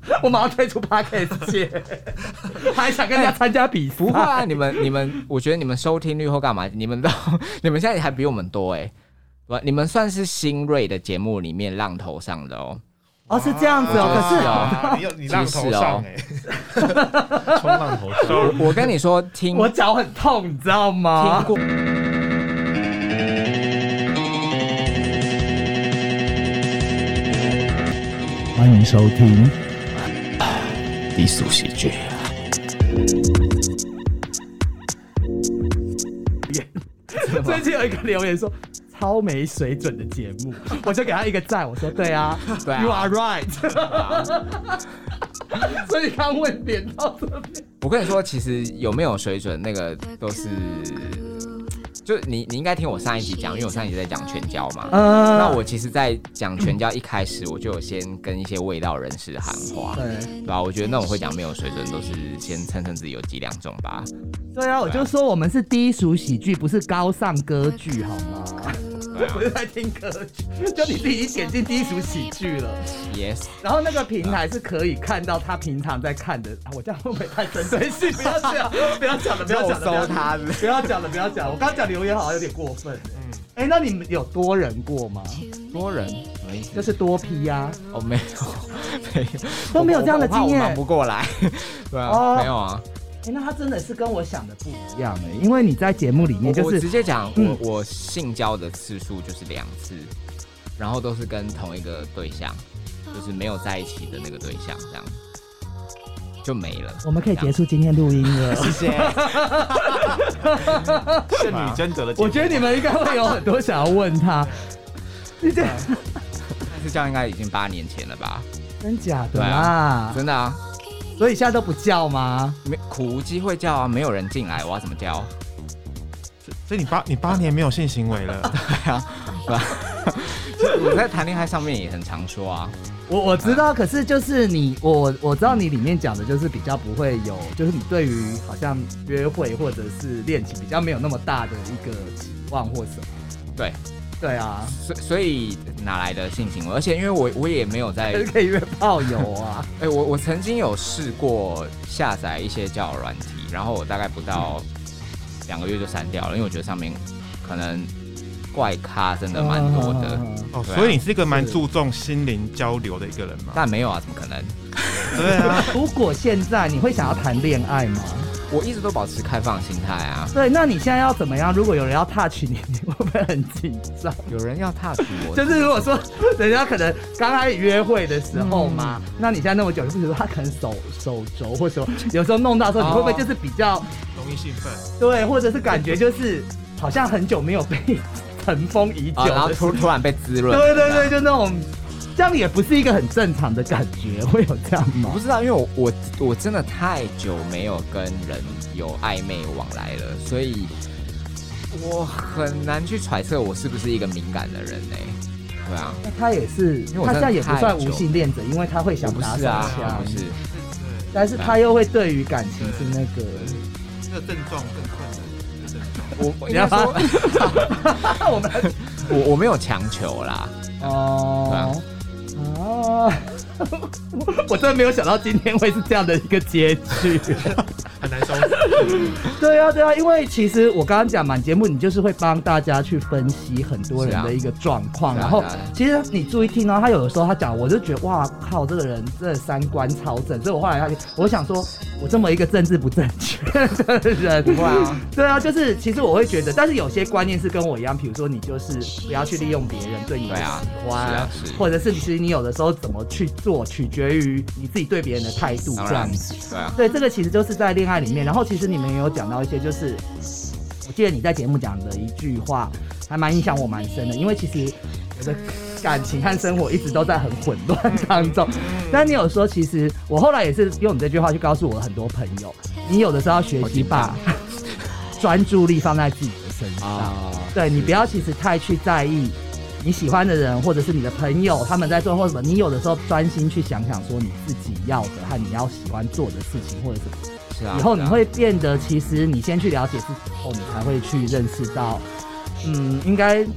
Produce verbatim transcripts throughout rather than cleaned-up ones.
我马上退出 Podcast 界，还想跟人家参加比赛。 不会啊，你们你们，我觉得你们收听率或干嘛，你们都你们现在还比我们多哎、欸，你们算是新锐的节目里面浪头上的哦。 哦，是这样子哦，可是、 啊、你有你浪头上哎、欸，冲浪头上。 我跟你说，听我脚很痛，你知道吗？听过。欢迎收听低俗喜剧。 最近有一个留言说超没水准的节目，我就给他一个赞，我说对啊，对啊 ，You are right 。所以你刚问点到这边， 我跟你说，其实有没有水准，那个都是。就你，你应该听我上一集讲，因为我上一集在讲全交嘛。嗯。那我其实，在讲全交一开始，我就有先跟一些卫道人士喊话，对对吧？我觉得那种会讲没有水准，都是先称称自己有几两重吧。 对啊，我就说我们是低俗喜剧，不是高尚歌剧，好吗？不是在听歌剧，就你自己点进低俗喜剧了。 Yes。 然后那个平台是可以看到他平常在看的，啊、我这样会不会太针对性？不要讲，不要讲了，不要讲了， 搜他的， 不要讲了，不要讲了。我刚刚讲留言好像有点过分。嗯。哎、欸，那你们有多人过吗？ 多人， 就是多批呀、啊。 哦，没有，没有， 都没有这样的经验， 我忙不过来。对啊，哦、没有啊。 哎、欸，那他真的是跟我想的不一样哎，因为你在节目里面就是， 我直接讲，嗯、我我性交的次数就是两次，然后都是跟同一个对象，就是没有在一起的那个对象，这样就没了。 我们可以结束今天录音了， 谢谢。 是女争者的， 我觉得你们应该会有很多想要问他。你这， 但是这样应该已经八年前了吧？ 真假的啊？ 真的啊。 所以现在都不叫吗？ 没苦无机会叫啊，没有人进来，我要怎么叫？ 所以你八你八年没有性行为了？ 对啊，对啊。我在谈恋爱上面也很常说啊。 我我知道，可是就是你，我我知道你里面讲的就是比较不会有，就是你对于好像约会或者是恋情比较没有那么大的一个期望或什么。 对。 对啊， 所所以哪来的性行为？而且因为我我也没有在， 可以约炮友啊。 哎、欸，我我曾经有试过下载一些交友软体，然后我大概不到两个月就删掉了，因为我觉得上面可能怪咖真的蛮多的。 哦、啊，所以你是一个蛮注重心灵交流的一个人吗？ 但没有啊，怎么可能？ 对啊。 如果现在你会想要谈恋爱吗？ 我一直都保持开放的心态啊。 对，那你现在要怎么样？如果有人要 touch 你，你会不会很紧张？ 有人要 touch 我， 就是如果说人家可能刚开始约会的时候嘛，嗯、那你现在那么久，就比如说他可能手手肘或者有时候弄到的时候，你会不会就是比较容易兴奋？ 对，或者是感觉就是好像很久没有被尘封已久、啊， 然后突突然被滋润。 对对对，就那种。这样也不是一个很正常的感觉，会有这样吗？ 我不知道，因为我我我真的太久没有跟人有暧昧往来了，所以我很难去揣测我是不是一个敏感的人呢、欸？对啊， 那他也是，他现在也不算无性恋者，因为他会想打手枪， 不是， 但是他又会对于感情是那个这个症状更困难。 我应该说， 我们我我没有强求啦， 哦， 对啊。 哦，我真的没有想到今天会是这样的一个结局， 很难收拾。 对啊，对啊，因为其实我刚刚讲满节目，你就是会帮大家去分析很多人的一个状况，啊、然后其实你注意听哦，他有的时候他讲，我就觉得哇靠，这个人真的三观超正，所以我后来我想说，我这么一个政治不正确的人， 不会啊， 对啊，就是其实我会觉得，但是有些观念是跟我一样，比如说你就是不要去利用别人对你的喜欢， 对啊，是啊， 或者是其实你有的时候怎么去做，取决于你自己对别人的态度这样子。 对啊， 对，这个其实就是在恋爱里面。然后其实你们也有讲到一些，就是我记得你在节目讲的一句话，还蛮影响我蛮深的。因为其实我的感情和生活一直都在很混乱当中，但你有说，其实我后来也是用你这句话去告诉我的很多朋友，你有的时候要学习把专注力放在自己的身上。啊、对，你不要其实太去在意你喜欢的人或者是你的朋友他们在做或什么，你有的时候专心去想想说你自己要的和你要喜欢做的事情或者什么，是啊，以后你会变得其实你先去了解自己后，你才会去认识到，嗯，应该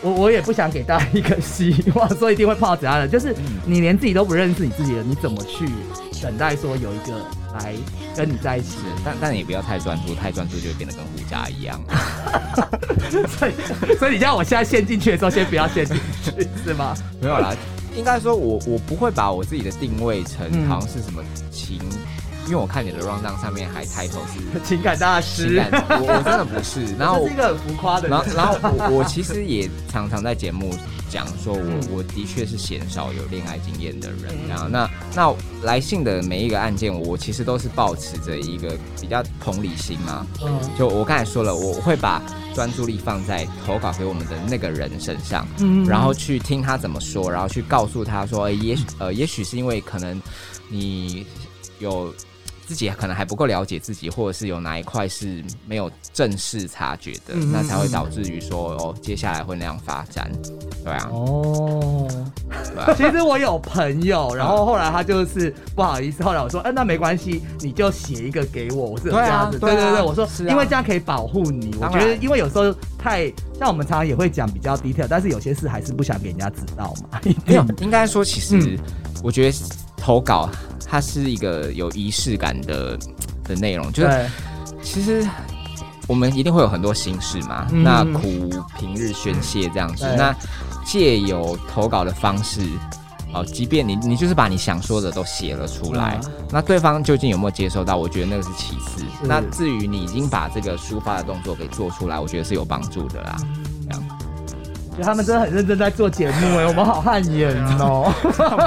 我我也不想给大家一个希望，说一定会碰到怎样的，就是你连自己都不认识你自己了，你怎么去等待说有一个来跟你在一起？ 但但也不要太专注，太专注就会变得跟胡渣一样。 所以所以你叫我现在陷进去的时候，先不要陷进去，是吗？ 没有啦，应该说我我不会把我自己的定位成好像是什么情。因为我看你的 rundown 上面还抬头是情感大师， 情感我我真的不是，然后我是一个很浮夸的人， 然后然后我我其实也常常在节目讲说我，我我的确是鲜少有恋爱经验的人，然后那那来信的每一个案件，我其实都是抱持着一个比较同理心嘛，嗯，就我刚才说了，我会把专注力放在投稿给我们的那个人身上，嗯，然后去听他怎么说，然后去告诉他说，欸、也许呃也许是因为可能你有。自己可能还不够了解自己，或者是有哪一块是没有正式察觉的，嗯、那才会导致于说哦，接下来会那样发展，对啊。哦，对啊。 其实我有朋友，然后后来他就是不好意思，后来我说，哎、欸，那没关系，你就写一个给我，我是这样子，对啊、对对对，我说、啊，因为这样可以保护你。我觉得，因为有时候太像我们常常也会讲比较 detail， 但是有些事还是不想给人家知道嘛。 没有，应该说，其实、嗯、我觉得投稿。它是一个有仪式感的的内容，就是其实我们一定会有很多心事嘛，嗯、那苦平日宣泄这样子，那借由投稿的方式，哦，即便你你就是把你想说的都写了出来，嗯、那对方究竟有没有接收到，我觉得那个是其次。那至于你已经把这个抒发的动作给做出来，我觉得是有帮助的啦。这样。 觉得他们真的很认真在做节目哎，我们好汗颜哦！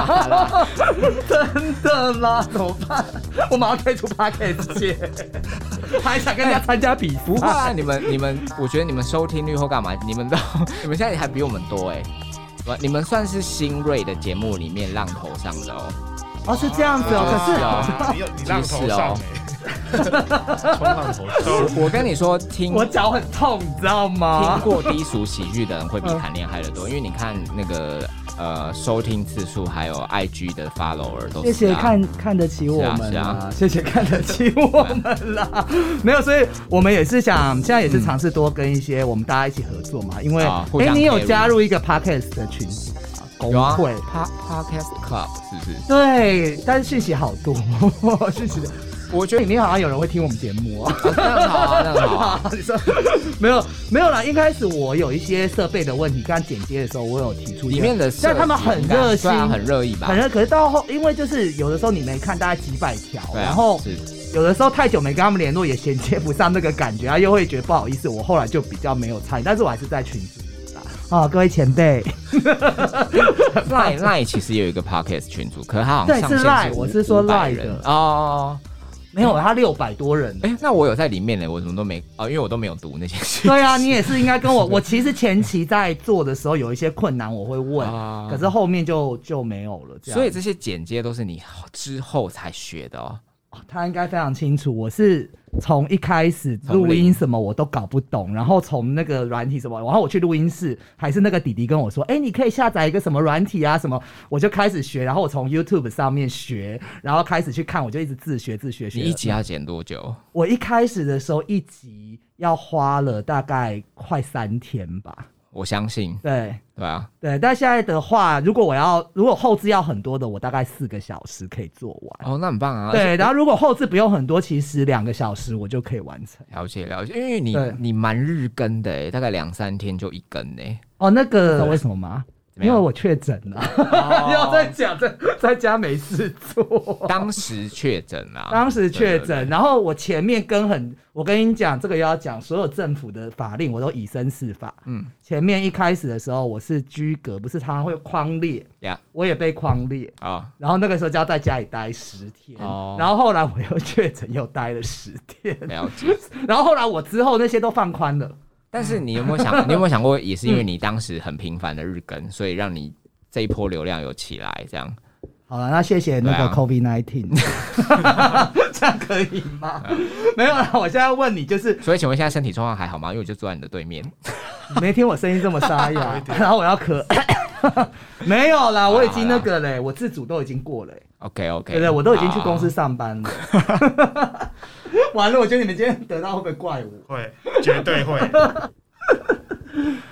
真的吗？怎么办？我马上退出 podcast 界，还想跟人家参加比赛？ 不会啊，你们你们，我觉得你们收听率或干嘛，你们都你们现在还比我们多哎，你们算是新锐的节目里面浪头上的哦。 哦，是这样子哦，可是哦，你有你浪头上哎。冲浪头我, 我跟你说，听我脚很痛，你知道吗？ 听过低俗喜剧的人会比谈恋爱的多，因为你看那个呃收听次数还有 I G 的 follower 都是、啊。 谢谢看看得起我们啦，啊啊、谢谢看得起我们啦。没有，所以我们也是想现在也是尝试多跟一些我们大家一起合作嘛，因为哎、嗯欸，你有加入一个 podcast 的群组啊，工会、 啊、podcast club 是不是？ 对，但是讯息好多，讯息的。我觉得里面好像有人会听我们节目啊， 那很好啊，那很好啊。 你说没有没有啦，一开始我有一些设备的问题，刚剪接的时候我有提出里面的， 但他们很热心， 很热议吧， 很热。可是到后，因为就是有的时候你没看，大概几百条，啊、然后有的时候太久没跟他们联络，也衔接不上那个感觉，他又会觉得不好意思。我后来就比较没有参与，但是我还是在群组啦。啊，各位前辈 ，Line Line 其实也有一个 podcast 群组，可是他好像上线是 Line， 我是说 Line 的哦。没有，他六百多人。 哎、欸，那我有在里面呢，我怎么都没啊、哦？因为我都没有读那些事。 对啊，你也是应该跟我。我其实前期在做的时候有一些困难，我会问，啊、可是后面就就没有了。 所以这些剪接都是你之后才学的哦。 哦他应该非常清楚，我是从一开始录音什么我都搞不懂，然后从那个软体什么，然后我去录音室，还是那个弟弟跟我说，哎、欸，你可以下载一个什么软体啊什么，我就开始学，然后我从 YouTube 上面学，然后开始去看，我就一直自学自学学。 你一集要剪多久？ 我一开始的时候一集要花了大概快三天吧。 我相信， 对对啊， 对，但现在的话，如果我要，如果后置要很多的，我大概四个小时可以做完。 哦，那很棒啊。 对，然后如果后置不用很多，其实两个小时我就可以完成。 了解了解，因为你你蛮日更的哎，大概两三天就一更哎。 哦，那个知道为什么吗？因为我确诊了，哦、要再讲，在在家没事做。 当时确诊啦， 当时确诊，然后我前面跟很，我跟你讲，这个要讲所有政府的法令，我都以身试法。嗯，前面一开始的时候我是居隔，不是常常会匡列， yeah. 我也被匡列啊。Oh. 然后那个时候就要在家里待十天， oh. 然后后来我又确诊，又待了十天。 了解。 然后后来我之后那些都放宽了。 但是你有没有想，你有没有想过，也是因为你当时很频繁的日更，所以让你这一波流量有起来，这样。 好了，那谢谢那个 COVID 十九，啊、这样可以吗？没有啦，我现在问你就是， 所以请问现在身体状况还好吗？因为我就坐在你的对面， 没听我声音这么沙哑，然后我要咳，没有啦，我已经那个嘞，我自主都已经过了。 OK OK， 对对，我都已经去公司上班了。完了，我觉得你们今天得到会不会怪我？ 会，绝对会。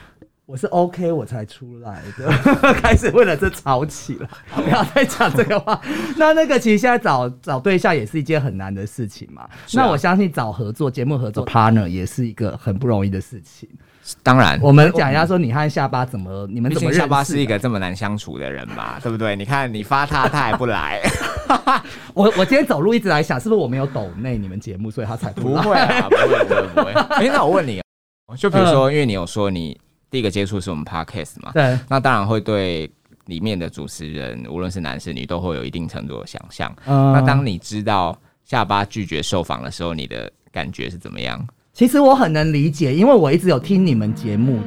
我是 OK 我才出来的，开始为了这吵起来，不要再讲这个话。那那个其实现在找找对象也是一件很难的事情嘛。啊、那我相信找合作节目合作 partner 也是一个很不容易的事情。 当然， 我们讲一下说你和下巴怎么，你们怎么认识？ 下巴是一个这么难相处的人嘛，对不对？你看你发他，他还不来。 我我今天走路一直来想，是不是我没有抖内你们节目，所以他才不来？ 不会啊，不会，不会，不会。哎、欸，那我问你，就比如说，因为你有说你第一个接触是我们 podcast 嘛， 对， 那当然会对里面的主持人，无论是男是女，都会有一定程度的想象。 嗯、 那当你知道下巴拒绝受访的时候，你的感觉是怎么样？ 其实我很能理解，因为我一直有听你们节目。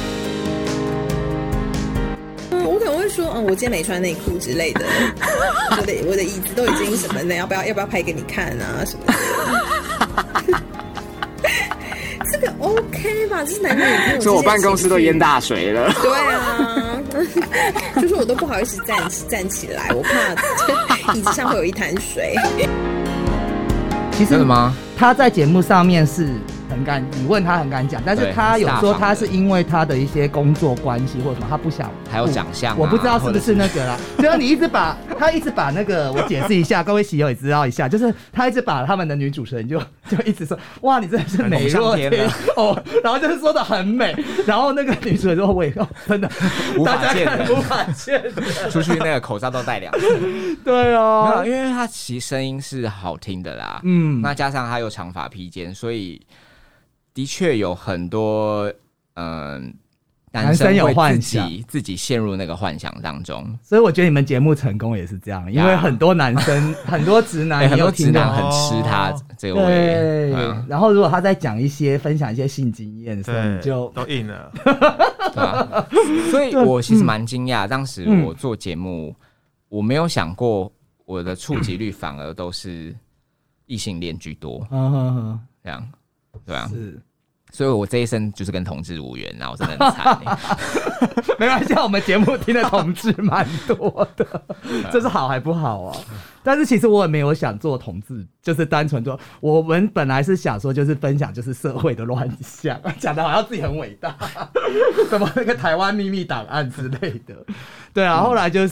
嗯，我可能会说，嗯，我今天没穿内裤之类的，我的我的椅子都已经什么的，要不要要不要拍给你看啊什么的。这个 OK 吧？这是男女朋友之间的情绪。 说我办公室都淹大水了。 对啊，就是我都不好意思站站起来，我怕椅子上会有一滩水。 其实真的吗？ 他在节目上面是很敢，你问他很敢讲，但是他有说他是因为他的一些工作关系或者什么，他不想， 还有长相、啊， 我不知道是不是那个啦。就是你一直把他一直把那个，我解释一下，各位喜友也知道一下，就是他一直把他们的女主持人就就一直说，哇，你真的是美若天哦，然后就是说的很美，然后那个女主持人说，我也真的无法见的， 无法见的， 出去那个口罩都戴两次。 对啊， 没有，因为他其实声音是好听的啦， 嗯， 那加上他有长发披肩，所以的确有很多嗯、呃、男生有幻想，自己陷入那个幻想当中。 所以我觉得你们节目成功也是这样，因为很多男生、很多直男、 欸，很多直男很吃他这个味。 对，嗯、然后如果他在讲一些分享一些性经验的时候，你就都硬了。 对啊，所以我其实蛮惊讶，当时我做节目，我没有想过我的触及率反而都是异性恋居多。 嗯哼哼， 这样，对啊， 是。 所以我这一生就是跟同志无缘，然后我真的很惨、欸。 没关系，我们节目听的同志蛮多的，这是好还不好啊？但是其实我也没有想做同志，就是单纯做。我们本来是想说，就是分享就是社会的乱象，讲的好像自己很伟大，什么那个台湾秘密档案之类的。对啊，后来就是。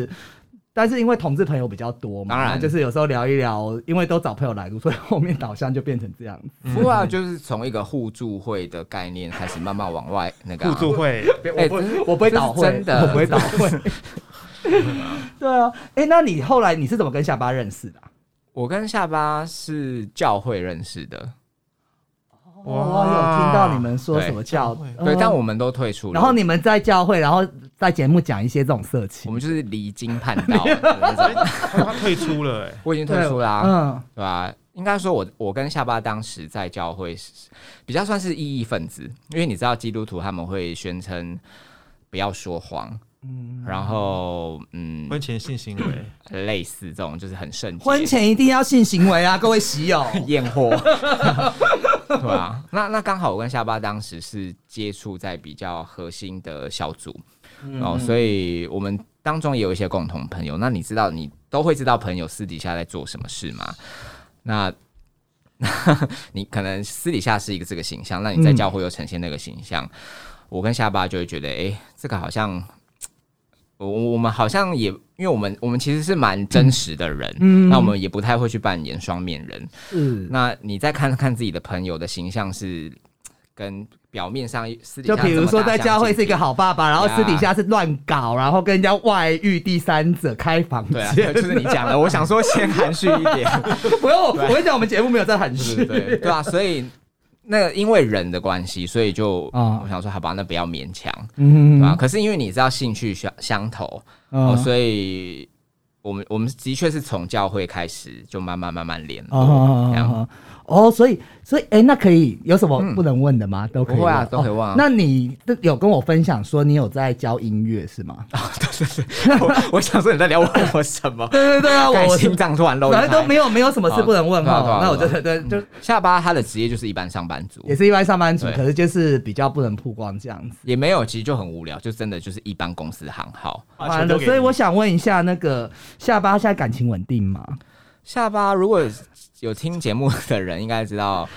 但是因为同志朋友比较多嘛， 当然就是有时候聊一聊，因为都找朋友来录，所以后面导向就变成这样子。 不过啊，就是从一个互助会的概念开始慢慢往外那个、啊、 互助会， 我不、欸、我不会倒会， 真的我不会倒会。对啊，哎、欸，那你后来你是怎么跟下巴认识的、啊？ 我跟下巴是教会认识的。 哇，我有听到你们说什么教会， 对，但我们都退出了。 然后你们在教会，然后在节目讲一些这种色情， 我们就是离经叛道。 他退出了、欸， 我已经退出啦、啊， 嗯， 对吧？应该说我，我我跟下巴当时在教会比较算是异议分子，因为你知道基督徒他们会宣称不要说谎。嗯，然后嗯， 婚前性行为类似这种就是很圣洁， 婚前一定要性行为啊，各位喜友， 验货，对吧、啊？那那刚好我跟下巴当时是接触在比较核心的小组，嗯、哦，所以我们当中也有一些共同朋友。那你知道，你都会知道朋友私底下在做什么事吗？那你可能私底下是一个这个形象，那你在教会又呈现那个形象，嗯、我跟下巴就会觉得，哎、欸，这个好像。我我们好像也，因为我们我们其实是蛮真实的人，嗯，那我们也不太会去扮演双面人，嗯，那你再看看自己的朋友的形象是跟表面上私底下， 就比如说在教会是一个好爸爸，然后私底下是乱搞，然后跟人家外遇第三者开房间， 对啊，就是你讲的，我想说先含蓄一点， 不用，我跟你讲，我们节目没有在含蓄， 对对对啊，所以。那个因为人的关系，所以就、哦、我想说，好吧，那不要勉强，嗯，对吧？可是因为你知道兴趣相相投，哦哦、所以我们我们的确是从教会开始就慢慢慢慢联络，哦这样哦，所以所以哎、欸，那可以有什么不能问的吗？嗯、都可以问啊，都可以问啊、哦。 那你有跟我分享说你有在教音乐是吗？ 啊、哦，对对对，我, 我想说你在聊我什么？ 对对对啊，我心脏突然漏一拍， 反正都没有没有什么事不能问哈、哦。那我就对就下巴他的职业就是一般上班族， 也是一般上班族，可是就是比较不能曝光这样子。 也没有，其实就很无聊，就真的就是一般公司行号。 完了，所以我想问一下，那个下巴现在感情稳定吗？ 下巴如果有听节目的人应该知道，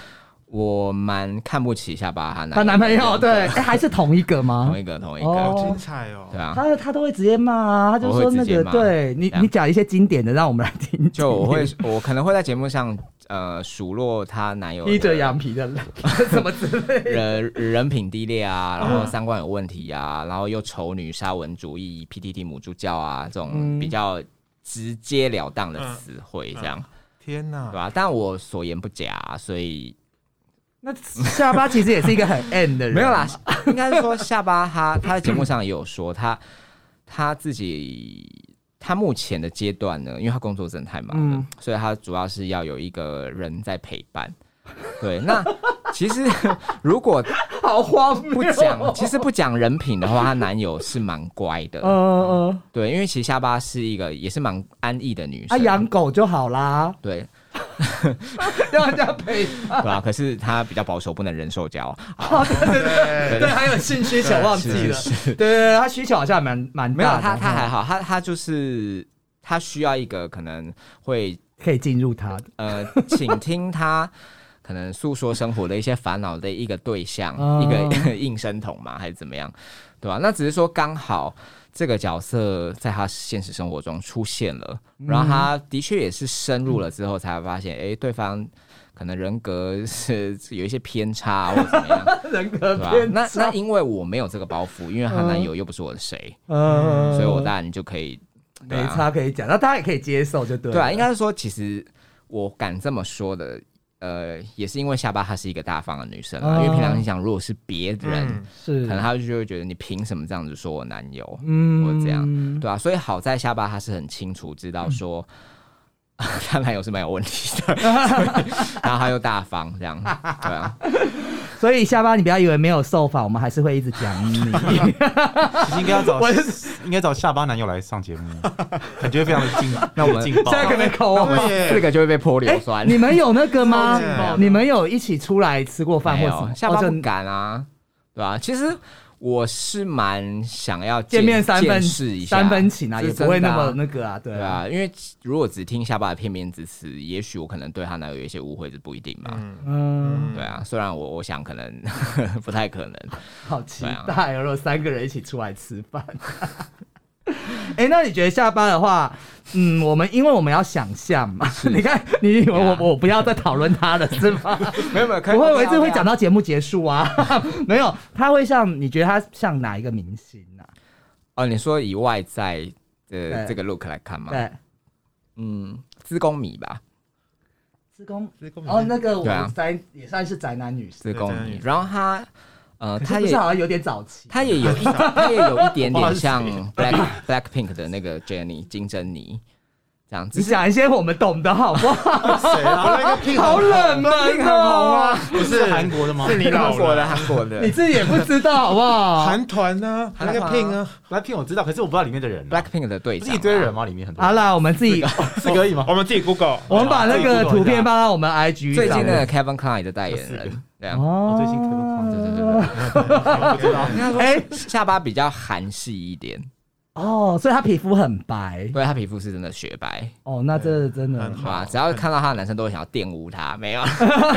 我蛮看不起下巴她男她男朋友，对，哎、欸，还是同一个吗？ 同一个，同一个， 好、哦、精彩哦！ 对啊， 他他都会直接骂啊，他就说那个，对你你讲一些经典的，让我们来听。 就我会，我可能会在节目上呃数落她男友披着羊皮的人，什么之类的， 人人品低劣啊，然后三观有问题啊，然后又丑女、沙文主义、P T T 母猪教啊，这种比较直截了当的词汇，这样。嗯嗯、 天哪， 对吧？但我所言不假，所以。 那下巴其实也是一个很 N 的人， 没有啦，应该是说下巴他他在节目上也有说他他自己他目前的阶段呢，因为他工作真的太忙了，嗯、所以他主要是要有一个人在陪伴。对，那其实如果好荒谬， 不讲其实不讲人品的话，她男友是蛮乖的。嗯嗯，对，因为其实下巴是一个也是蛮安逸的女生， 啊，养狗就好啦。 对。 要人家陪伴， 对啊，可是他比较保守，不能人兽交。 哦，对对对对，还有性需求忘记了。对对对，他需求好像蛮蛮大的。 没有，他他还好，他他就是他需要一个可能会可以进入他的呃，倾听他可能诉说生活的一些烦恼的一个对象，哦、一个应声筒嘛，还是怎么样，对吧、啊？那只是说刚好。这个角色在他现实生活中出现了，然后他的确也是深入了之后才发现，哎、欸，对方可能人格是有一些偏差或怎么样， 人格偏差。那那因为我没有这个包袱，因为她男友又不是我的谁，嗯，所以我当然就可以、啊、 没差可以讲，那大家也可以接受就对了。 对啊，应该是说，其实我敢这么说的。呃，也是因为下巴她是一个大方的女生啦，哦、因为平常你想，如果是别人，嗯、是可能她就会觉得你凭什么这样子说我男友，嗯，或者这样，对啊，所以好在下巴她是很清楚知道说，她、嗯、男友是蛮有问题的，然后她又大方，这样，对啊。 所以下巴，你不要以为没有受访，我们还是会一直讲你。 其实应该要找，应该找下巴男友来上节目，感觉非常的劲。 那我们现在可能口， 那我们四个就会被泼硫酸、 欸。你们有那个吗？你们有一起出来吃过饭或什么？ 下巴不敢啊，对吧、啊？其实。我是蛮想要 见, 见面三分试一下三分情啊，也不会那么那个啊，对啊， 对啊，因为如果只听下巴的片面之词，也许我可能对他男友有一些误会，这不一定嘛。嗯，对啊，虽然我我想可能不太可能。 好期待，如果三个人一起出来吃饭。哎、欸，那你觉得下巴的话，嗯，我们因为我们要想象嘛，你看，你以为我我不要再讨论他了是吗？ 没有没有， 不会，我一直会讲到节目结束啊。没有，他会像你觉得他像哪一个明星啊？ 哦，你说以外在的这个 look 来看吗？ 对， 嗯，资工迷吧。 资工，哦，那个我宅、啊、也算是宅男女生。 资工迷，然后他。呃，他也好像有点早期， 他也有一，他也有一点点像 Black Blackpink 的那个 Jennie 金珍妮这样子。 你讲一些我们懂的好不好？ 谁啊？那个 Pink 好冷门哦， 不是韩国的吗？ 是你韩国的，韩国的， 你自己也不知道好不好？ 韩团呢？那个 Pink 啊 ，Blackpink 我知道，可是我不知道里面的人。 Blackpink 的队长， 不是一堆人吗？里面很多。 好啦，我们自己是可以吗？我们自己 Google， 我们把那个图片放到我们 I G。 最近那个 Kevin Klein 的代言人。这样哦， 最近 Kevin Klein， 对对对对，不知道。应该说，哎，下巴比较韩系一点。 哦，所以他皮肤很白， 对，他皮肤是真的雪白。 哦，那这真的很好啊！只要看到他的男生都会想要玷污他，没有。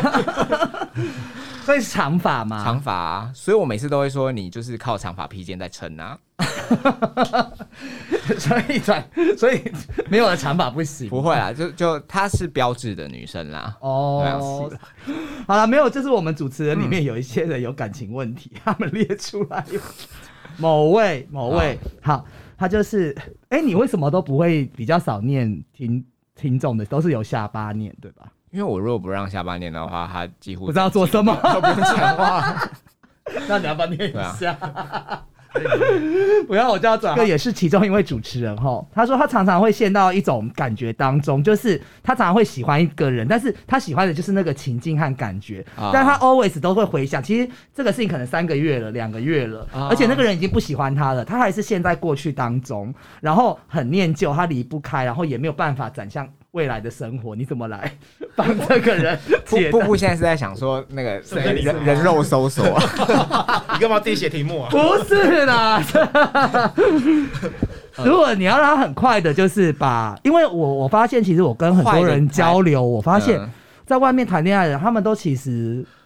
所以是长发吗？ 长发、啊，所以我每次都会说你就是靠长发披肩在撑啊。 所以转，所以没有了长发不行。 不会啦，就就她是标致的女生啦。 哦，好了，没有，就是我们主持人里面有一些人有感情问题，嗯、他们列出来。某位，某位，好，他就是，哎、欸，你为什么都不会比较少念听听众的，都是由下巴念，对吧？ 因为我如果不让下巴念的话，他几乎不知道做什么， 都不用讲话。 那你要不要念一下？不要，我就要转。这个也是其中一位主持人哈，他说他常常会陷到一种感觉当中，就是他常常会喜欢一个人，但是他喜欢的就是那个情境和感觉，啊、但他 always 都会回想，其实这个事情可能三个月了、两个月了，啊、而且那个人已经不喜欢他了，他还是陷在过去当中，然后很念旧，他离不开，然后也没有办法展向未来的生活，你怎么来帮这个人解答？ 布布现在是在想说那个人人肉搜索， 你干嘛自己写题目啊？ 不是啦，如果你要让他很快的，就是把，因为我我发现其实我跟很多人交流，我发现在外面谈恋爱的人，他们都其实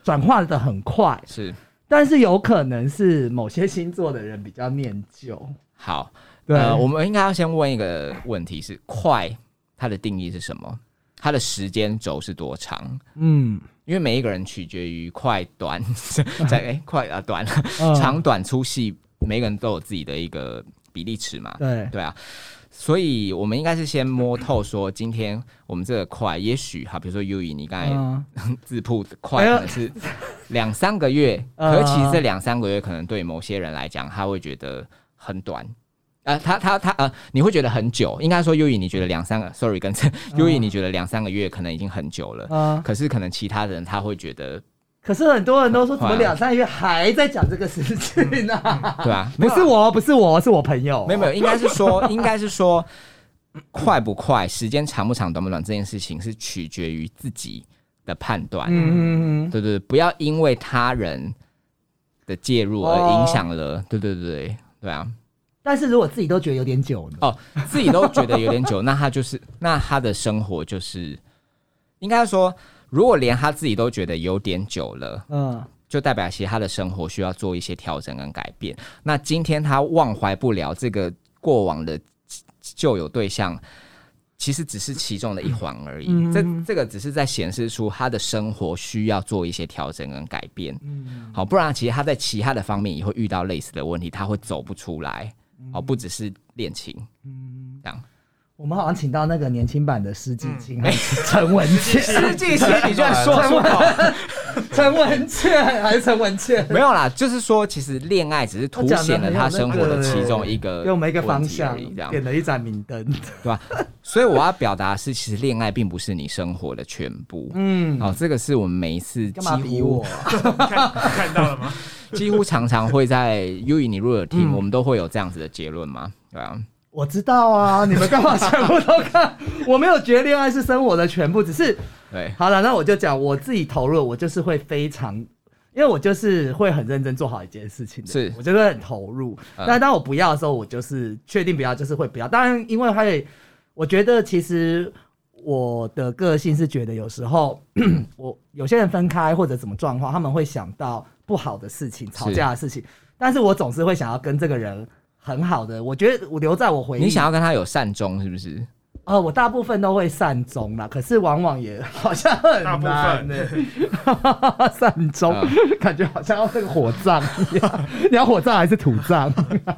转化的很快， 是， 但是有可能是某些星座的人比较念旧。 好，呃，我们应该要先问一个问题是：快，它的定义是什么？它的时间轴是多长？嗯，因为每一个人取决于快短，在哎、欸、快啊短，长短粗细，每个人都有自己的一个比例尺嘛。 对对啊。所以我们应该是先摸透说，今天我们这个快，也许哈，比如说 Yui 你刚才、嗯、自曝快可能是两三个月，哎、可是其实这两三个月可能对某些人来讲，他会觉得很短。呃，他他他呃，你会觉得很久，应该说 Yui 你觉得两三个 ，sorry 跟着 Yui 你觉得两三个月可能已经很久了，嗯、可是可能其他人他会觉得。 可是很多人都说，怎么两三个月还在讲这个事情呢、啊？ 对啊， 不是我，不是我，是我朋友。 没有没有，应该是说，应该是说，快不快，时间长不长，短不短，这件事情是取决于自己的判断。嗯嗯，对对对，不要因为他人的介入而影响了。哦、对对对对啊。 但是如果自己都觉得有点久呢？ 哦，自己都觉得有点久，那他就是那他的生活就是，应该说。如果连他自己都觉得有点久了，嗯，就代表其实他的生活需要做一些调整跟改变。那今天他忘怀不了这个过往的旧有对象，其实只是其中的一环而已。嗯、这这个只是在显示出他的生活需要做一些调整跟改变。嗯，好，不然其实他在其他的方面也会遇到类似的问题，他会走不出来。好，不只是恋情，嗯，这样。 我们好像请到那个年轻版的施季青和陈文茜， 施季青你居然说出口， 陈文茜还是陈文茜？ 没有啦，就是说，其实恋爱只是凸显了他生活的其中一个， 给我们一个方向，点了一盏明灯， 对吧？所以我要表达的是，其实恋爱并不是你生活的全部。嗯，好、哦，这个是我们每一次几乎、 啊、 看, 看到了吗？ 几乎常常会在 Yui 你如果有听、嗯，我们都会有这样子的结论嘛，对啊。 我知道啊，你们干嘛全部都看？我没有觉得恋爱是生活的全部，只是对。 好了，那我就讲我自己投入，我就是会非常，因为我就是会很认真做好一件事情的， 是我就会很投入。嗯、但当我不要的时候，我就是确定不要，就是会不要。当然，因为会，我觉得其实我的个性是觉得有时候我有些人分开或者怎么状况，他们会想到不好的事情、吵架的事情，但是我总是会想要跟这个人。很好的，我觉得我留在我回忆。 你想要跟他有善终是不是？ 呃，我大部分都会善终啦，可是往往也好像很难呢、欸。善终、嗯、感觉好像要那个火葬一样，你要火葬还是土葬？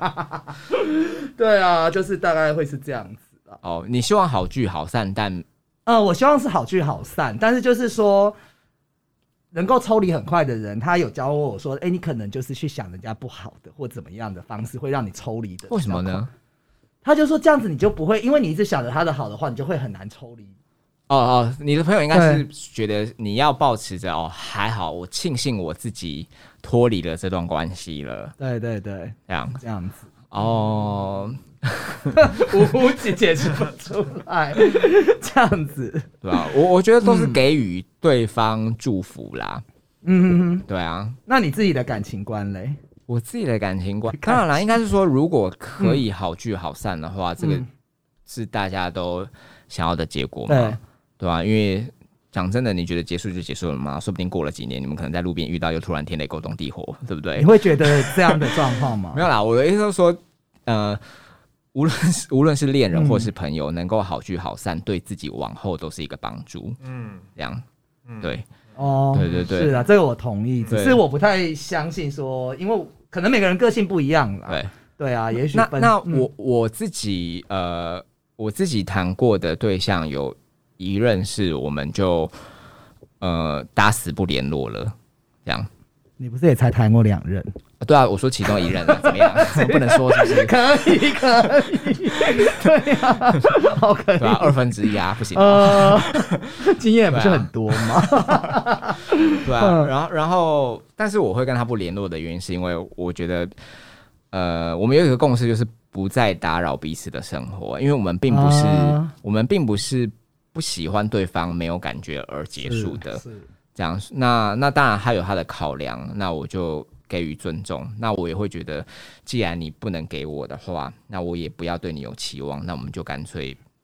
对啊，就是大概会是这样子啊。 哦，你希望好聚好散，但呃，我希望是好聚好散，但是就是说。能够抽离很快的人，他有教我说：“哎、欸，你可能就是去想人家不好的或怎么样的方式，会让你抽离的。” 为什么呢？ 他就说这样子你就不会，因为你一直想着他的好的话，你就会很难抽离。 哦哦，你的朋友应该是觉得你要抱持着哦，还好，我庆幸我自己脱离了这段关系了。 对对对， 这样这样子哦。 无解解释不出来，这样子对吧、啊？我我觉得都是给予对方祝福啦。嗯哼哼，对啊。 那你自己的感情观嘞？ 我自己的感情观，当然啦，应该是说，如果可以好聚好散的话，嗯、这个是大家都想要的结果嘛？对对吧、啊？因为讲真的，你觉得结束就结束了吗？说不定过了几年，你们可能在路边遇到，又突然天雷勾动地火，对不对？ 你会觉得这样的状况吗？ 没有啦，我的意思是说，呃。无论是无论是恋人或是朋友，嗯、能够好聚好散，对自己往后都是一个帮助。嗯，这样，嗯、对， 哦， 对对对， 是啊，这个我同意。只是我不太相信说，因为可能每个人个性不一样啦。 对， 对啊，也许那那我、嗯、我自己呃，我自己谈过的对象有一任是，我们就呃打死不联络了，这样。 你不是也才谈过两任？ 对啊，我说其中一任啊，怎么样？不能说是不是？ 可以，可以，对啊，好可以， 对啊，二分之一啊，不行。呃， 经验不是很多吗？ 对啊，然后，然后，但是我会跟他不联络的原因，是因为我觉得，呃，我们有一个共识，就是不再打扰彼此的生活，因为我们并不是，啊、我们并不是不喜欢对方没有感觉而结束的。是。是这样，那那当然他有他的考量，那我就给予尊重。那我也会觉得，既然你不能给我的话，那我也不要对你有期望，那我们就干脆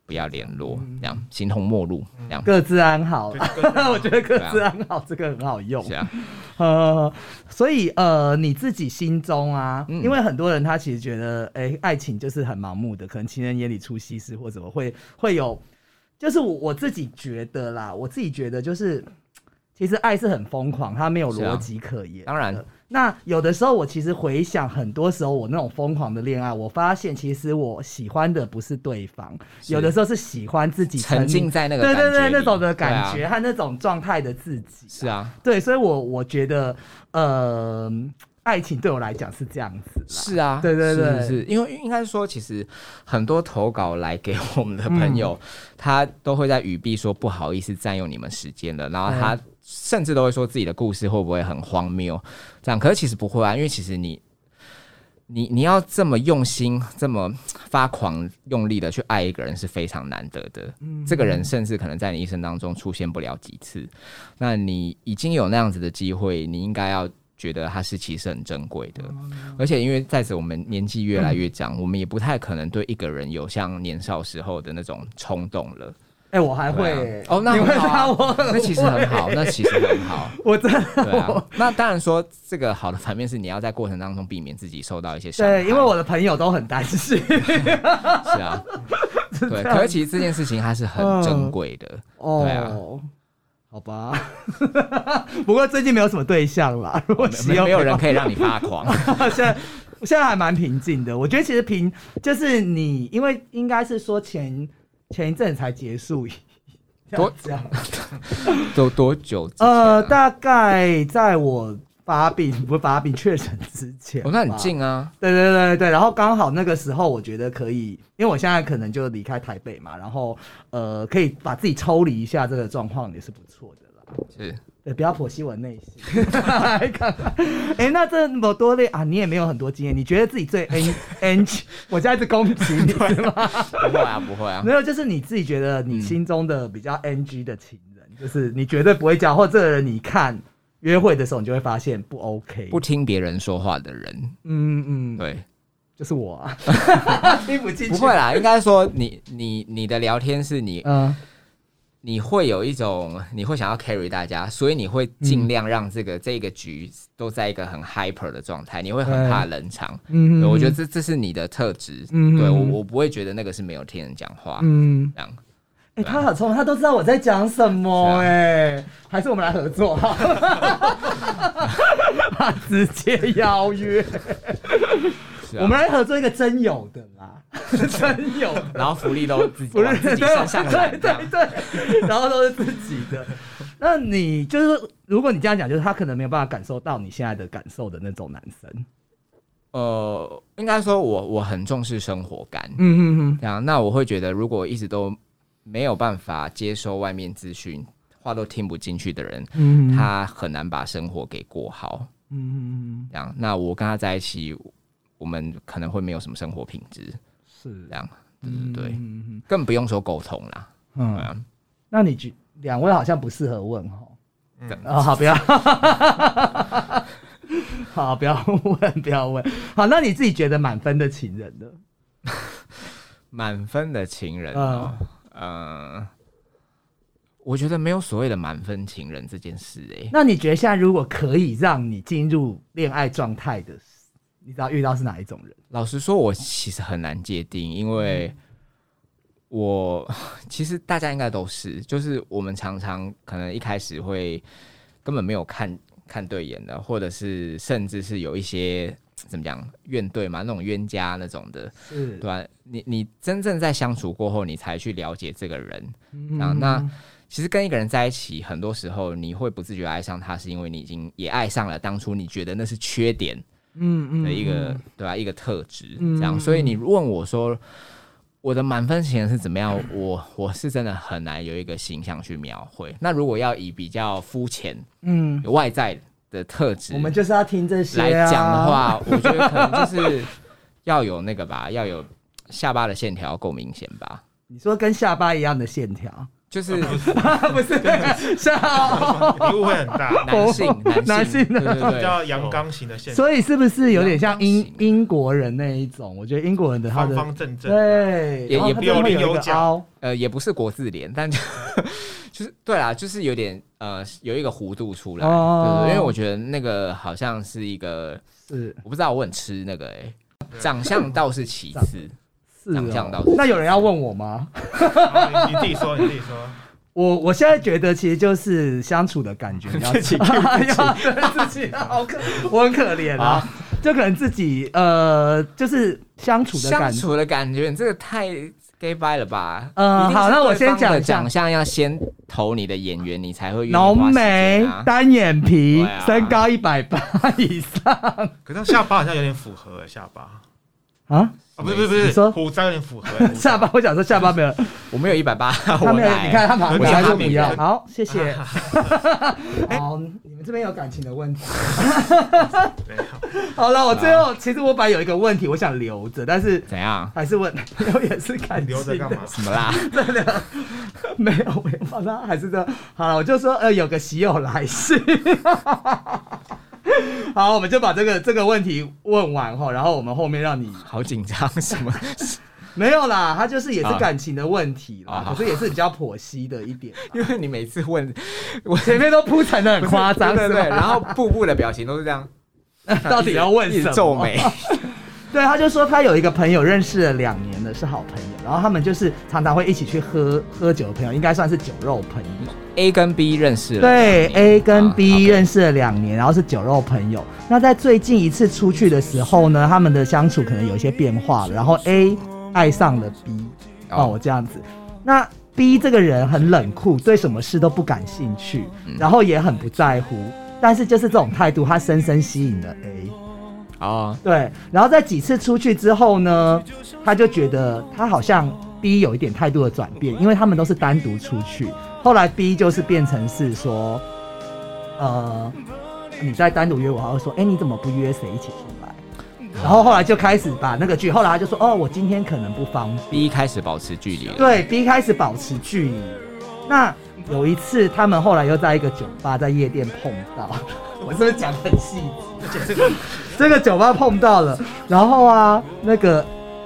不要联络，这样形同陌路，这样各自安好。我觉得各自安好这个很好用。 是啊， 呃，所以呃，你自己心中啊， 嗯、 因为很多人他其实觉得，哎、欸，爱情就是很盲目的，可能情人眼里出西施或怎么会会有，就是我我自己觉得啦，我自己觉得就是，其实爱是很疯狂，它没有逻辑可言、啊。 当然。 那有的时候，我其实回想，很多时候我那种疯狂的恋爱，我发现其实我喜欢的不是对方，有的时候是喜欢自己沉浸在那个感觉对对对那种的感觉、 啊、 和那种状态的自己、啊。 是啊， 对，所以我我觉得，呃，爱情对我来讲是这样子。 是啊， 对对对， 是, 是因为应该说，其实很多投稿来给我们的朋友，嗯、他都会在语毕说不好意思占用你们时间了，然后他。嗯甚至都会说自己的故事会不会很荒谬，这样，可是其实不会啊，因为其实你，你你要这么用心、这么发狂、用力的去爱一个人是非常难得的。嗯，这个人甚至可能在你一生当中出现不了几次，那你已经有那样子的机会，你应该要觉得他是其实很珍贵的。嗯、而且因为在此我们年纪越来越长、嗯，我们也不太可能对一个人有像年少时候的那种冲动了。 哎、欸，我还会、欸啊、哦，那很好、啊，那其实很好，那其实很好。 我真的对啊。那当然说，这个好的反面是你要在过程当中避免自己受到一些伤害。 对，因为我的朋友都很担心。 是啊，对。可是其实这件事情它是很珍贵的、嗯。对啊。哦、 好吧。不过最近没有什么对象啦，如果没没有人可以让你发狂。 现在现在还蛮平静的。我觉得其实平就是你，因为应该是说前。前一阵才结束， 多这样， 多多久之前、 啊？呃，大概在我发病不是发病确诊之前， 哦，那很近啊。 对对对对，然后刚好那个时候，我觉得可以，因为我现在可能就离开台北嘛，然后呃，可以把自己抽离一下，这个状况也是不错的啦。 是。 对，不要剖析我内心。哎、欸，那这么多类啊，你也没有很多经验，你觉得自己最 N N G？ 我现在是攻击你是吗？ 不会啊，不会啊。 没有，就是你自己觉得你心中的比较 N G 的情人，嗯、就是你绝对不会交，或者这个人你看约会的时候，你就会发现不 OK， 不听别人说话的人。 嗯嗯， 对， 就是我啊，听不进去。 不会啦，应该说你你你的聊天是你嗯。 你会有一种，你会想要 carry 大家，所以你会尽量让这个、嗯、这个局都在一个很 hyper 的状态，你会很怕冷场。嗯，我觉得这这是你的特质。嗯，对我我不会觉得那个是没有听人讲话。嗯，这样。 哎、欸，他好聪明，他都知道我在讲什么哎、欸啊，还是我们来合作？他直接邀约。啊、我们来合作一个真有的啦，真有的， 然后福利都自己往自己身上来， 对对对，然后都是自己的。那你就是如果你这样讲，就是他可能没有办法感受到你现在的感受的那种男生。 呃，应该说我我很重视生活感， 嗯嗯嗯， 这样那我会觉得，如果一直都没有办法接收外面资讯，话都听不进去的人，嗯，他很难把生活给过好，嗯嗯嗯，这样那我跟他在一起。我们可能会没有什么生活品质， 是这样，对对对，嗯嗯、更不用说沟通啦。嗯，啊、 那你觉两位好像不适合问哦。嗯，哦、好，不要，好，不要问，不要问。好，那你自己觉得满分的情人呢？ 满分的情人哦，嗯、呃，我觉得没有所谓的满分情人这件事、欸。哎， 那你觉得现在如果可以让你进入恋爱状态的？你知道遇到是哪一种人？ 老实说，我其实很难界定，因为我其实大家应该都是，就是我们常常可能一开始会根本没有看看对眼的，或者是甚至是有一些怎么讲怨对嘛，那种冤家那种的， 是对吧、啊？你你真正在相处过后，你才去了解这个人，嗯、然后那。其实跟一个人在一起，很多时候你会不自觉爱上他，是因为你已经也爱上了当初你觉得那是缺点。嗯嗯的一个、嗯、对吧、啊？一个特质、嗯、这样，所以你问我说我的满分情人是怎么样，我我是真的很难有一个形象去描绘。那如果要以比较肤浅、嗯，外在的特质， 我们就是要听这些、啊、 来讲的话，我觉得可能就是要有那个吧，要有下巴的线条够明显吧。 你说跟下巴一样的线条？ 就是不是不是是你误会很大， 男性男性对对对， 叫阳刚型的现象， 所以是不是有点像英英国人那一种？我觉得英国人的他方的方正正， 也对， 也不有棱有个凹， 呃，也不是国字脸，但就就是对啦，就是有点呃有一个弧度出来， 哦对，因为我觉得那个好像是一个， 是我不知道我很吃那个哎、欸，长相倒是其次。 是长相倒哦是。 那有人要问我吗？ 好你你自己说，你自己说。 我我现在觉得其实就是相处的感觉， 自己 Q 自己，自己好可，我很可怜啊，就可能自己呃，就是相处的感觉， 相处的感觉，你这个太 gay bye 了吧？ 嗯，好，那我先讲长相要先投你的演员，你才会愿意浓花时间眉、 啊、 单眼皮、 啊、 身高一百八以上。 可是下巴好像有点符合哎，下巴啊。 啊，不是不是不是， 你说胡渣有点符合下巴，我想说下巴没有， 我没有一百八， 他没有，你看他旁边就不要。好，谢谢。 啊好，你们这边有感情的问题。好了，我最后其实我本来有一个问题，我想留着，但是怎样？ 还是问，留也是感情留着干嘛？ 什么啦？ 真的没有没有，好了，还是这样。好了，我就说呃，有个喜友来信。好，我们就把这个这个问题问完后，然后我们后面让你好紧张什么？ 没有啦，他就是也是感情的问题啦， 啊、 可是也是比较剖析的一点， 因为你每次问， 我前面都铺陈的很夸张， 对对对，然后步步的表情都是这样， 到底要问什么？ 皱眉。 对，他就说他有一个朋友认识了两年了，是好朋友，然后他们就是常常会一起去喝喝酒的朋友，应该算是酒肉朋友。 A 跟 B 认识了， 对 ，A 跟 B 啊、 认识了两年，然后是酒肉朋友。那在最近一次出去的时候呢，他们的相处可能有一些变化了，然后 A 爱上了 B， 哦，我这样子。那 B 这个人很冷酷，对什么事都不感兴趣，然后也很不在乎，但是就是这种态度，他深深吸引了 A。 哦， 对，然后在几次出去之后呢，他就觉得他好像 B 有一点态度的转变，因为他们都是单独出去，后来 B 就是变成是说，呃，你在单独约我，他会说，哎，你怎么不约谁一起出来？然后后来就开始把那个距，后来他就说，哦，我今天可能不方便。 B 开始保持距离了， 对 ，B 开始保持距离。那有一次，他们后来又在一个酒吧，在夜店碰到。我是不是讲很细致？这个这个酒吧碰到了，然后啊，那个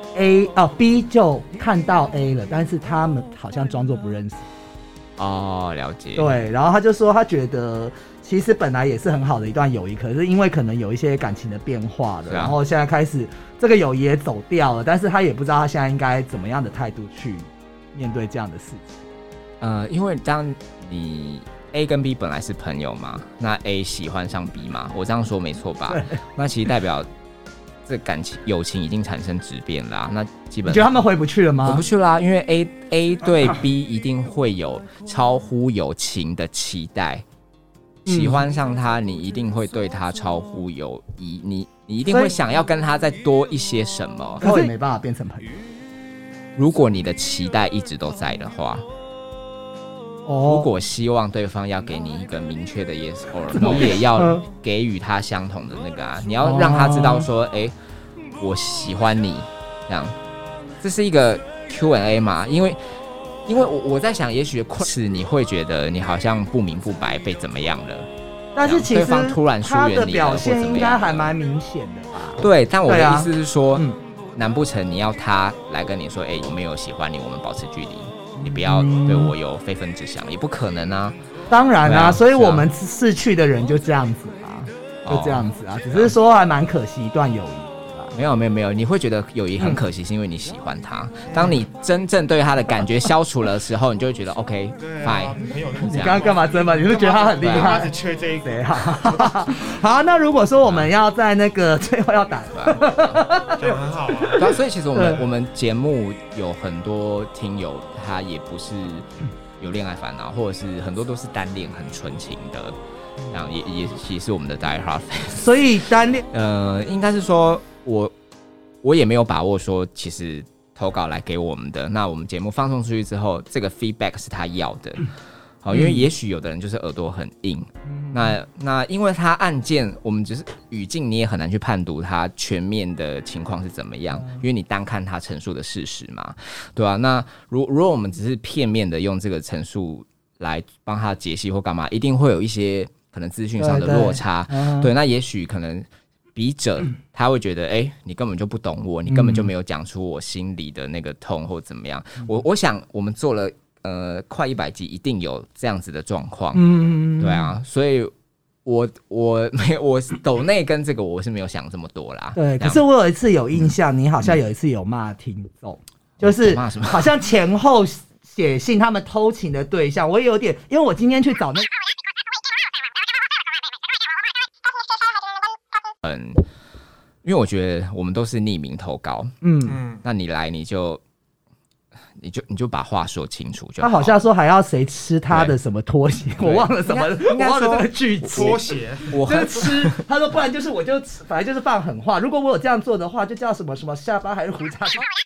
A 哦 B 就看到 A 了，但是他们好像装作不认识。 哦，了解。 对，然后他就说他觉得其实本来也是很好的一段友谊，可是因为可能有一些感情的变化了，啊、然后现在开始这个友谊也走掉了，但是他也不知道他现在应该怎么样的态度去面对这样的事情。 呃，因为当你 A 跟 B 本来是朋友嘛，那 A 喜欢上 B 嘛，我这样说没错吧？那其实代表这感情友情已经产生质变啦、啊。那基本上你觉得他们回不去了吗？ 回不去啦，因为 A A 对 B 一定会有超乎友情的期待。嗯、喜欢上他，你一定会对他超乎友谊，你你一定会想要跟他再多一些什么， 可是也没办法变成朋友。 如果你的期待一直都在的话。如果希望对方要给你一个明确的 yes or no， 你也要给予他相同的那个啊，你要让他知道说，哎、欸，我喜欢你，这样，这是一个 Q and A 嘛？因为，因为我我在想，也许是你会觉得你好像不明不白被怎么样了， 但是其实对方突然疏远你了， 他的表现应该还蛮明显的吧？ 对，但我的意思是说， 啊嗯、 难不成你要他来跟你说，哎、欸，我没有喜欢你，我们保持距离？你不要对我有非分之想，嗯、也不可能啊。 当然啊， 啊所以我们逝去的人就这样子啊，就这样子啊，只是说还蛮可惜一段友谊啊。 没有没有没有，你会觉得友谊很可惜，是因为你喜欢他。当你真正对他的感觉消除的时候，你就会觉得 OK fine。 你刚刚干嘛争嘛？你是觉得他很厉害？ 他只缺这一个。 好，好，那如果说我们要在那个最后要打， 就很好啊。 对啊，所以其实我们我们节目有很多听友，他也不是有恋爱烦恼，或者是很多都是单恋很纯情的，然后也也也是我们的 die hard fans。 所以单恋， 呃，应该是说我我也没有把握说，其实投稿来给我们的，那我们节目放送出去之后，这个 feedback 是他要的。 好，因为也许有的人就是耳朵很硬，嗯、那那因为他案件，我们只是语境，你也很难去判读他全面的情况是怎么样，嗯、因为你单看他陈述的事实嘛，对吧、啊？那如如果我们只是片面的用这个陈述来帮他解析或干嘛，一定会有一些可能资讯上的落差， 对, 对, 对，那也许可能。笔者他会觉得，哎、欸，你根本就不懂我，你根本就没有讲出我心里的那个痛或怎么样。嗯、我我想我们做了呃快一百集，一定有这样子的状况。嗯，对啊，所以我我没我抖内跟这个我是没有想这么多啦。 对，可是我有一次有印象，嗯、你好像有一次有骂听众，嗯、就是好像前后写信他们偷情的对象，我也有点，因为我今天去找那个。 嗯，因为我觉得我们都是匿名投稿，嗯，那你来你就你就你就把话说清楚就好。 他好像说还要谁吃他的什么拖鞋，我忘了什么，我忘了这个句子。 拖鞋， 我就是吃。他说不然就是我就反正就是放狠话，如果我有这样做的话，就叫什么什么下巴还是胡茬。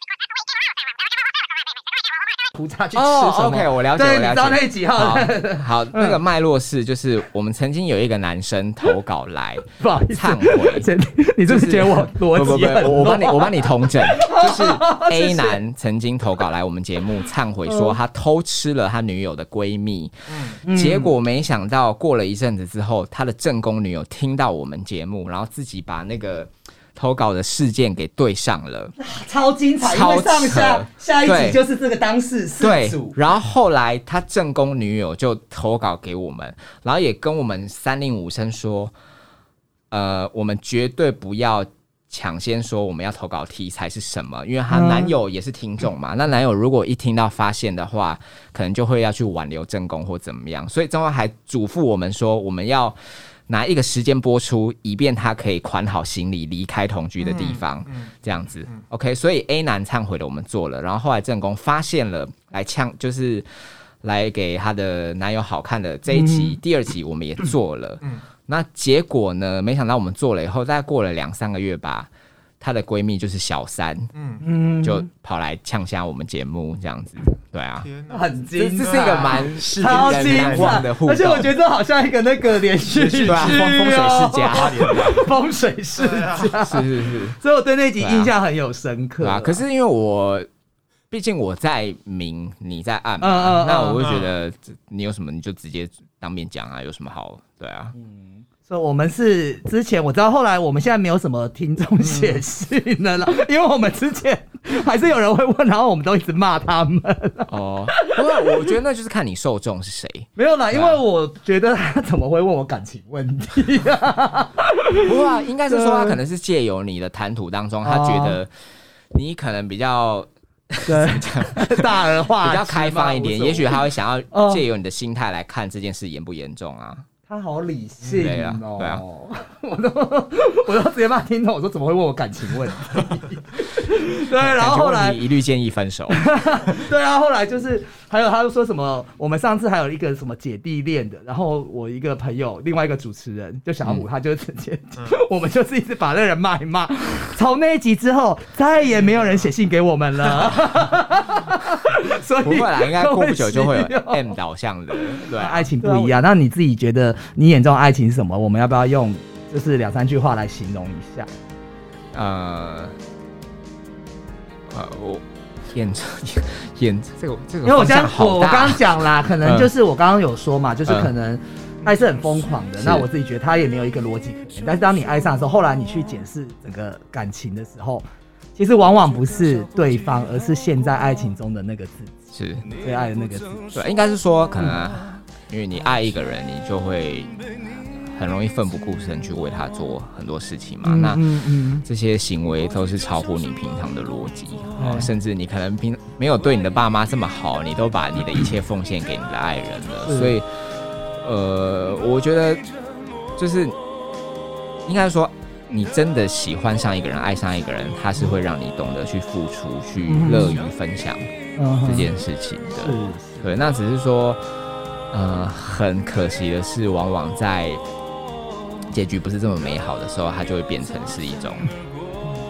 胡茬去吃什么、 oh, ？OK， 我了解，我了解。 你知道那几号？ 好，好那个脉络是，就是我们曾经有一个男生投稿来， 不好意思， 忏悔。 你是不是觉得我逻辑很乱？我帮你，我帮你统整。就是 A 男曾经投稿来我们节目忏悔，说他偷吃了他女友的闺蜜，嗯、结果没想到过了一阵子之后，他的正宫女友听到我们节目，然后自己把那个。投稿的事件给对上了， 超精彩，因为上下下一集就是这个当事事主。 然后后来他正宫女友就投稿给我们，然后也跟我们三令五申说，呃，我们绝对不要抢先说我们要投稿题材是什么，因为她男友也是听众嘛，嗯、那男友如果一听到发现的话，可能就会要去挽留正宫或怎么样，所以正宫还嘱咐我们说，我们要。拿一个时间播出，以便他可以款好行李离开同居的地方，嗯嗯、这样子。嗯、OK， 所以 A 男忏悔了，我们做了，然后后来正宫发现了，来呛就是来给他的男友好看的这一集，嗯、第二集我们也做了。嗯、那结果呢？没想到我们做了以后，大概过了两三个月吧。她的闺蜜就是小三，嗯，就跑来呛下我们节目这样子，对啊， 很精彩， 这是一个蛮超精彩的互动， 而且我觉得这好像一个那个连续剧， 对啊，风水世家， 风水世家， 是是是， 所以我对那集印象很有深刻。 对啊，可是因为我毕竟我在明，你在暗嘛，嗯嗯、那我会觉得你有什么你就直接当面讲啊，有什么好？对啊。嗯所以我们是之前我知道，后来我们现在没有什么听众写信了啦，嗯、因为我们之前还是有人会问，然后我们都一直骂他们。 哦，不过我觉得那就是看你受众是谁。 没有啦，因为我觉得他怎么会问我感情问题啊？ 不过、啊、应该是说他可能是借由你的谈吐当中，他觉得你可能比较。 对，大而化之， 比较开放一点，也许他会想要借由你的心态来看这件事严不严重啊。 他好理性哦， 对啊， 我都我都直接骂听众，我说怎么会问我感情问题？对，然后后来一律建议分手。 对啊，后来就是还有他就说什么，我们上次还有一个什么姐弟恋的，然后我一个朋友，另外一个主持人就小虎，嗯、他就直接，嗯、我们就是一直把那人骂一骂。从那一集之后，再也没有人写信给我们了。所以不会啦，应该过不久就会有 M 导向的，对、啊， 爱情不一样。那你自己觉得你眼中的爱情是什么？我们要不要用就是两三句话来形容一下？ 呃，呃，我眼眼这个这个， 因为我刚我我刚刚讲啦，可能就是我刚刚有说嘛，就是可能爱是很疯狂的。那我自己觉得他也没有一个逻辑可言，但是当你爱上的时候，后来你去检视整个感情的时候。其实往往不是对方，而是陷在爱情中的那个自己， 是最爱的那个自己。 对，应该是说，可能、啊、因为你爱一个人，你就会很容易奋不顾身去为他做很多事情嘛。嗯、那、嗯嗯、这些行为都是超乎你平常的逻辑、嗯，甚至你可能平没有对你的爸妈这么好，你都把你的一切奉献给你的爱人了。所以，呃，我觉得就是应该说。你真的喜欢上一个人，爱上一个人，他是会让你懂得去付出，去乐于分享这件事情的。嗯、对，那只是说，呃，很可惜的是，往往在结局不是这么美好的时候，它就会变成是一种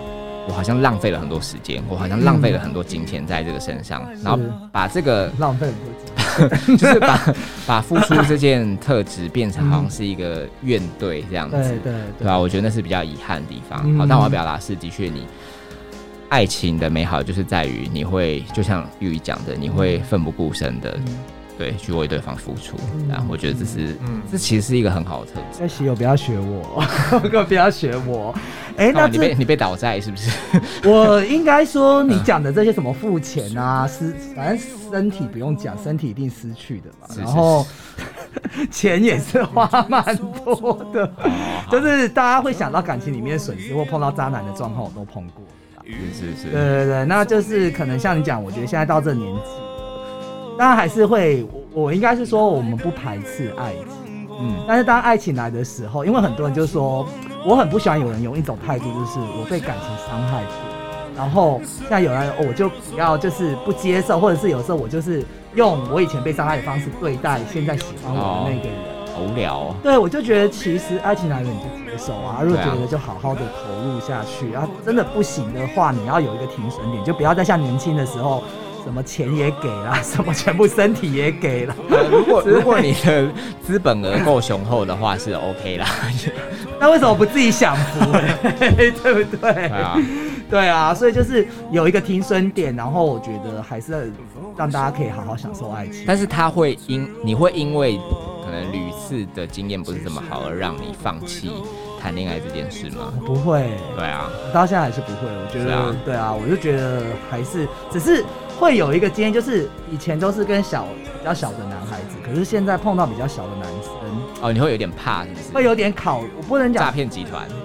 我好像浪费了很多时间，我好像浪费了很多金钱在这个身上，嗯、然后把这个浪费很多金钱， 就是把把付出这件特质变成好像是一个怨怼这样子， 对对对吧？我觉得那是比较遗憾的地方。嗯、好，但我要表达是，的确你爱情的美好就是在于你会，就像玉怡讲的，你会奋不顾身的。嗯对，去为对方付出，然后我觉得这是，嗯，这其实是一个很好的特质。 那喜友不要学我，不要学我。哎、欸，那你被你被倒债是不是？ 我应该说，你讲的这些什么付钱啊，失，反正身体不用讲，身体一定失去的嘛。然后钱也是花蛮多的，就是大家会想到感情里面损失或碰到渣男的状况，我都碰过。 是是是。 对对对，那就是可能像你讲，我觉得现在到这个年纪。当然还是会，我我应该是说我们不排斥爱情，嗯，但是当爱情来的时候，因为很多人就说，我很不喜欢有人用一种态度，就是我被感情伤害过，然后像有人、哦、我就不要就是不接受，或者是有时候我就是用我以前被伤害的方式对待现在喜欢我的那个人， 哦、好无聊哦。 对，我就觉得其实爱情来了你就接受啊，如果觉得就好好的投入下去，然后真的不行的话，你要有一个停损点，就不要再像年轻的时候。什么钱也给了，什么全部身体也给了。 呃、如果如果你的资本额够雄厚的话，是 OK 啦。 那为什么不自己享福、欸？对不对？对啊，对啊，所以就是有一个停损点，然后我觉得还是让大家可以好好享受爱情。 但是他会因你会因为可能屡次的经验不是这么好，而让你放弃谈恋爱这件事吗？ 不会。 对啊， 到现在还是不会。我觉得，啊对啊，我就觉得还是只是。会有一个经验，就是以前都是跟小比较小的男孩子，可是现在碰到比较小的男生， 哦，你会有点怕，是不是？ 会有点考，我不能讲诈骗集团。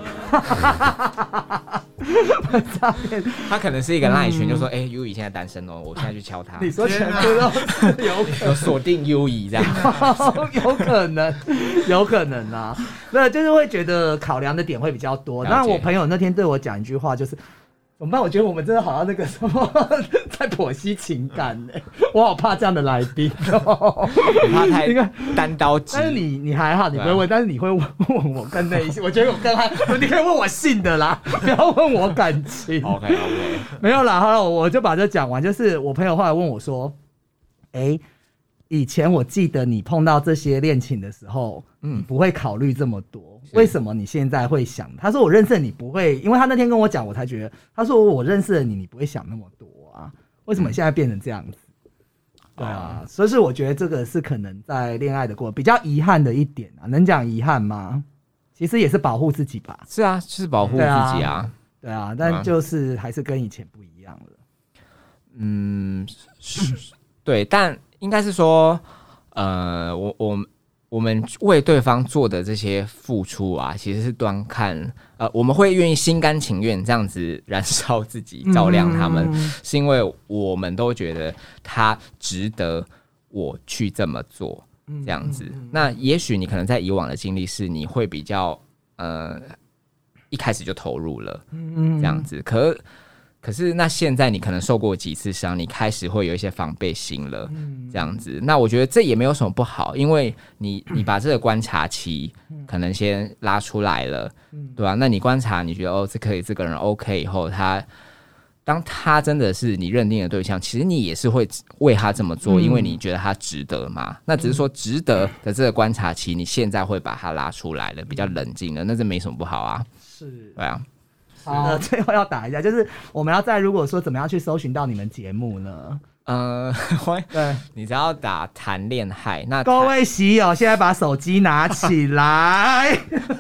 诈骗， 他可能是一个赖群，就说：“哎、欸、，U 以现在单身哦，我现在去敲他。” 你说全部都是有可能有锁定 U 以这样， 有可能，有可能啊。对，就是会觉得考量的点会比较多。那我朋友那天对我讲一句话，就是。怎么办？我觉得我们真的好像那个什么在剖析情感呢、欸，我好怕这样的来宾哦， 你怕太单刀直。 但是你你还好，你不会问，啊、但是你会问问我更内心，我觉得我更害，你可以问我性的啦，不要问我感情。 OK OK， 没有啦，好了，我就把这讲完。就是我朋友后来问我说，哎、欸。以前我记得你碰到这些恋情的时候，嗯，你不会考虑这么多，为什么你现在会想？他说我认识你不会，因为他那天跟我讲，我才觉得，他说我认识了你，你不会想那么多啊，为什么你现在变成这样子？嗯、对啊，所以是我觉得这个是可能在恋爱的过程比较遗憾的一点啊，能讲遗憾吗？其实也是保护自己吧。 是啊，就是保护自己啊。对啊， 对啊，但就是还是跟以前不一样了。 嗯，对，但。应该是说，呃，我我我们为对方做的这些付出啊，其实是端看，呃，我们会愿意心甘情愿这样子燃烧自己，照亮他们，嗯、是因为我们都觉得他值得我去这么做，这样子。嗯、那也许你可能在以往的经历是，你会比较呃一开始就投入了，这样子，可。可是那现在你可能受过几次伤，你开始会有一些防备心了，嗯、这样子。那我觉得这也没有什么不好，因为你你把这个观察期可能先拉出来了，嗯、对吧、啊？那你观察，你觉得哦，这可以，这个人 OK 以后，他当他真的是你认定的对象，其实你也是会为他这么做，嗯、因为你觉得他值得嘛。那只是说值得的这个观察期，你现在会把它拉出来了，比较冷静了，那这没什么不好啊。 是， 对啊。 好，最后要打一下，就是我们要在如果说怎么样去搜寻到你们节目呢？ 呃，对，你只要打谈恋爱，那各位喜友现在把手机拿起来，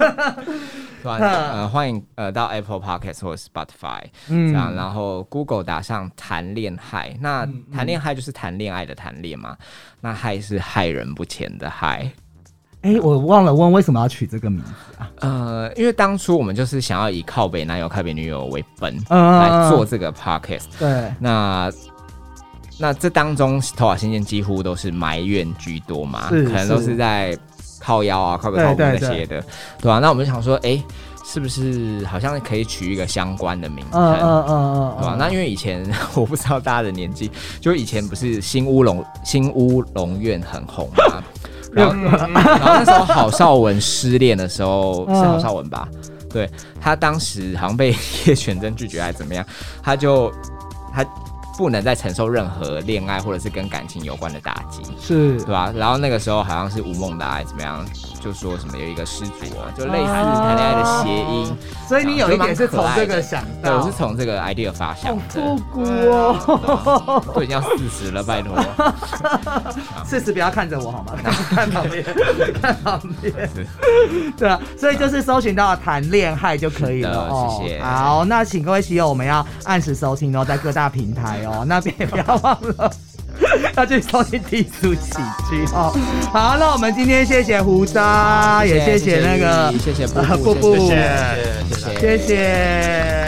呃，欢迎呃到 Apple Podcast 或者 Spotify， 嗯，这样，然后 Google 打上谈恋爱，那谈恋爱就是谈恋爱的谈恋嘛，那害是害人不浅的害。 哎、欸，我忘了问为什么要取这个名字啊？ 呃，因为当初我们就是想要以靠北男友、靠北女友为本、嗯、来做这个 podcast。对，那那这当中头发新鲜几乎都是埋怨居多嘛，可能都是在靠腰啊、靠北靠北那些的， 对, 对, 对啊，那我们就想说，哎、欸，是不是好像可以取一个相关的名称？嗯嗯嗯，对吧？那因为以前我不知道大家的年纪，就以前不是新乌龙新乌龙院很红吗？然后，然后那时候郝邵文失恋的时候，是郝邵文吧？ 对，他当时好像被叶全真拒绝还是怎么样，他就他不能再承受任何恋爱或者是跟感情有关的打击， 是， 对吧？然后那个时候好像是吴孟达还是怎么样，就说什么有一个失主啊，就类似谈恋爱的谐音， 啊、所以你有一点是从这个想到， 对，我是从这个 idea 发想的。 好复古哦， 都已经要四十了，拜托。 四十不要看着我好吗？看旁边，看旁边。对啊，所以就是搜寻到谈恋爱就可以了哦。 谢谢。 好，那请各位喜友，我们要按时收听哦，在各大平台哦，那边也不要忘了。要去收听低俗喜剧哦。好，那我们今天谢谢胡渣，也谢谢那个谢谢布布布， 谢谢谢谢。